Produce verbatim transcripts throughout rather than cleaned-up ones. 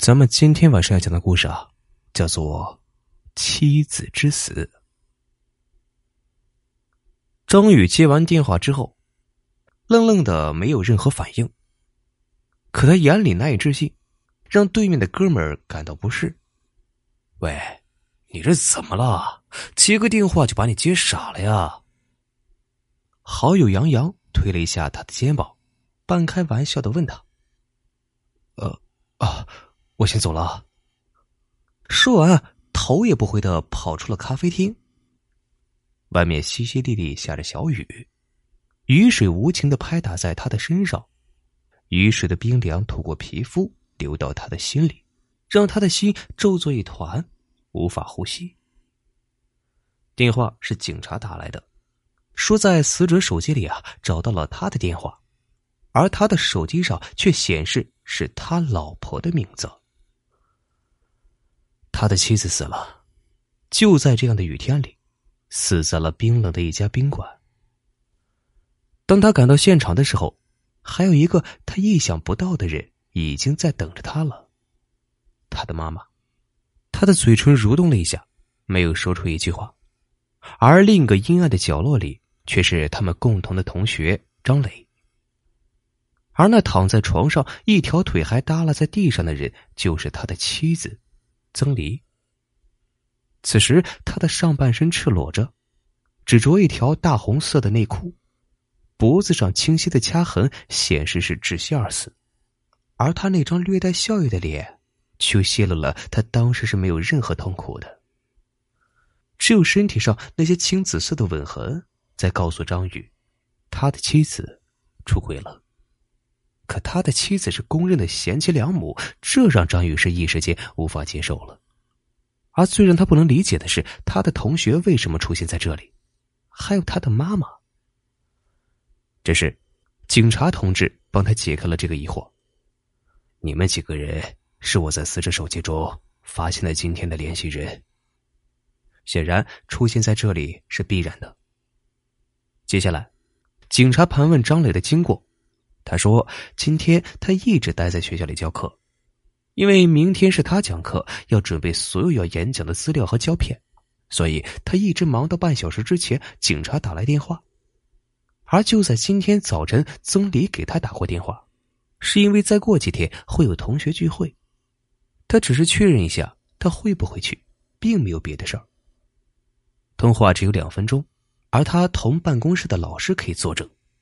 咱们今天晚上要讲的故事啊，叫做妻子之死。张宇接完电话之后，愣愣的没有任何反应，可他眼里难以置信，让对面的哥们儿感到不适。喂，你这怎么了？接个电话就把你接傻了呀？好友杨洋推了一下他的肩膀，半开玩笑的问他：呃啊我先走了。说完，头也不回的跑出了咖啡厅。外面淅淅沥沥下着小雨，雨水无情的拍打在他的身上，雨水的冰凉透过皮肤流到他的心里，让他的心皱作一团，无法呼吸。电话是警察打来的，说在死者手机里啊找到了他的电话，而他的手机上却显示是他老婆的名字。他的妻子死了，就在这样的雨天里，死在了冰冷的一家宾馆。当他赶到现场的时候，还有一个他意想不到的人已经在等着他了。他的妈妈。他的嘴唇蠕动了一下，没有说出一句话。而另一个阴暗的角落里，却是他们共同的同学张磊。而那躺在床上一条腿还耷拉在地上的人，就是他的妻子曾黎。此时他的上半身赤裸着，只着一条大红色的内裤，脖子上清晰的掐痕显示是窒息而死，而他那张略带笑意的脸却泄露了他当时是没有任何痛苦的，只有身体上那些青紫色的吻痕在告诉张宇，他的妻子出轨了。可他的妻子是公认的贤妻良母，这让张宇是一时间无法接受了。而最让他不能理解的是，他的同学为什么出现在这里，还有他的妈妈。这时警察同志帮他解开了这个疑惑。你们几个人是我在死者手机中发现了今天的联系人，显然出现在这里是必然的。接下来警察盘问张磊的经过，他说今天他一直待在学校里教课，因为明天是他讲课，要准备所有要演讲的资料和胶片，所以他一直忙到半小时之前警察打来电话。而就在今天早晨，曾黎给他打过电话，是因为再过几天会有同学聚会，他只是确认一下他会不会去，并没有别的事儿。通话只有两分钟，而他同办公室的老师可以作证。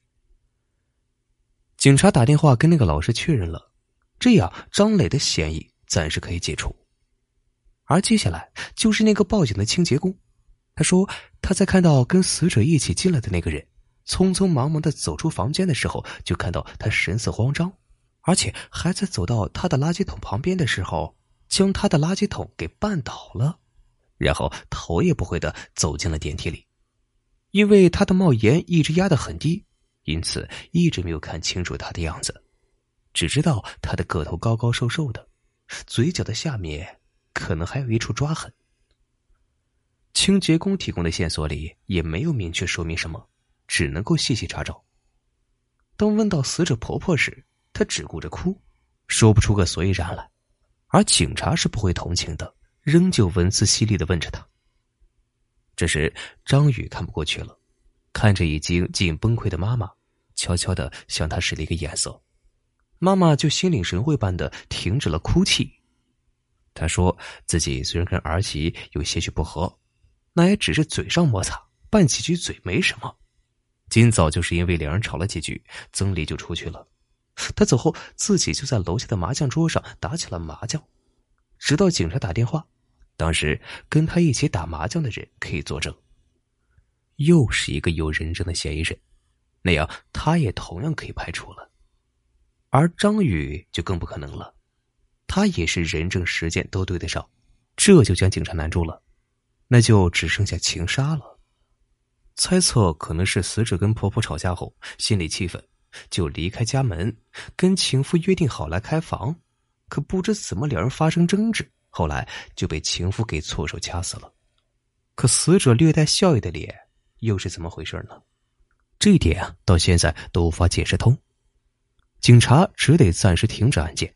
警察打电话跟那个老师确认了，这样张磊的嫌疑暂时可以解除。而接下来就是那个报警的清洁工，他说他在看到跟死者一起进来的那个人匆匆忙忙地走出房间的时候，就看到他神色慌张，而且还在走到他的垃圾桶旁边的时候将他的垃圾桶给绊倒了，然后头也不回地走进了电梯里。因为他的帽檐一直压得很低，因此一直没有看清楚他的样子，只知道他的个头高高瘦瘦的，嘴角的下面可能还有一处抓痕。清洁工提供的线索里也没有明确说明什么，只能够细细查找。当问到死者婆婆时，她只顾着哭，说不出个所以然来，而警察是不会同情的，仍旧文字犀利地问着她。这时张宇看不过去了，看着已经近崩溃的妈妈，悄悄地向她使了一个眼色，妈妈就心领神会般的停止了哭泣。她说自己虽然跟儿媳有些许不和，那也只是嘴上摩擦，拌几句嘴没什么。今早就是因为两人吵了几句，曾黎就出去了。他走后，自己就在楼下的麻将桌上打起了麻将，直到警察打电话，当时跟他一起打麻将的人可以作证。又是一个有人证的嫌疑人，那样他也同样可以排除了。而张宇就更不可能了，他也是人证实践都对得上，这就将警察难住了，那就只剩下情杀了。猜测可能是死者跟婆婆吵架后心里气愤，就离开家门，跟情妇约定好来开房，可不知怎么两人发生争执，后来就被情妇给错手掐死了。可死者略带笑意的脸又是怎么回事呢？这一点到现在都无法解释通。警察只得暂时停止案件，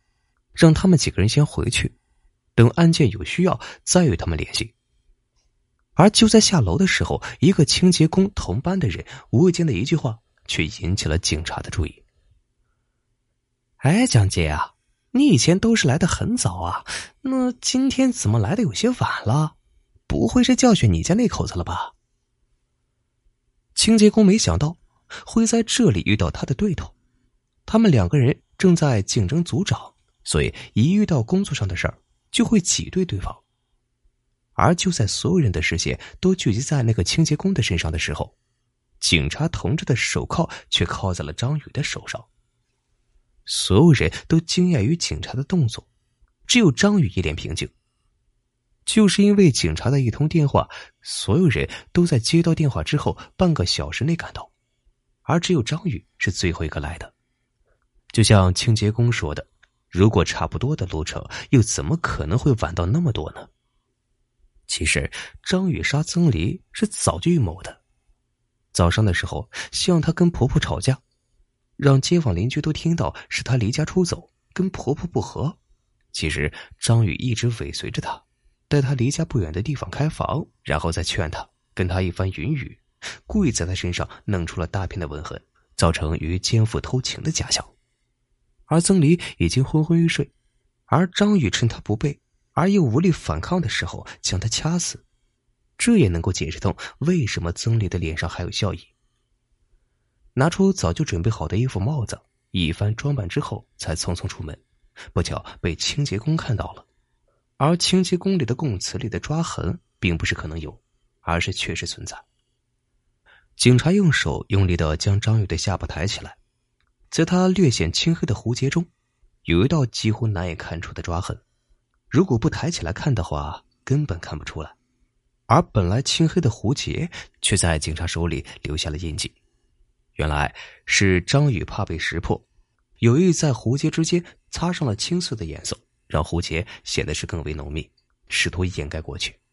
让他们几个人先回去，等案件有需要再与他们联系。而就在下楼的时候，一个清洁工同班的人无意间的一句话却引起了警察的注意。哎，蒋杰啊，你以前都是来的很早啊，那今天怎么来的有些晚了？不会是教训你家那口子了吧？清洁工没想到会在这里遇到他的对头，他们两个人正在竞争组长，所以一遇到工作上的事儿就会挤兑对方。而就在所有人的视线都聚集在那个清洁工的身上的时候，警察同志的手铐却铐在了张宇的手上。所有人都惊讶于警察的动作，只有张宇一脸平静。就是因为警察的一通电话，所有人都在接到电话之后半个小时内赶到，而只有张宇是最后一个来的。就像清洁工说的，如果差不多的路程，又怎么可能会晚到那么多呢？其实张宇杀曾黎是早就预谋的。早上的时候希望她跟婆婆吵架，让街坊邻居都听到是她离家出走，跟婆婆不和。其实张宇一直尾随着她，带她离家不远的地方开房，然后再劝她，跟她一番云雨，故意在她身上弄出了大片的吻痕，造成与奸妇偷情的假象。而曾黎已经昏昏欲睡，而张宇趁她不备而又无力反抗的时候将他掐死，这也能够解释通为什么曾黎的脸上还有笑意。拿出早就准备好的衣服帽子，一番装扮之后才匆匆出门，不巧被清洁工看到了。而清洁工里的供词里的抓痕并不是可能有，而是确实存在。警察用手用力地将张宇的下巴抬起来，在他略显青黑的胡结中有一道几乎难以看出的抓痕，如果不抬起来看的话根本看不出来，而本来青黑的胡结却在警察手里留下了印记。原来是张宇怕被识破，有意在胡结之间擦上了青色的颜色，让胡结显得是更为浓密，试图掩盖过去。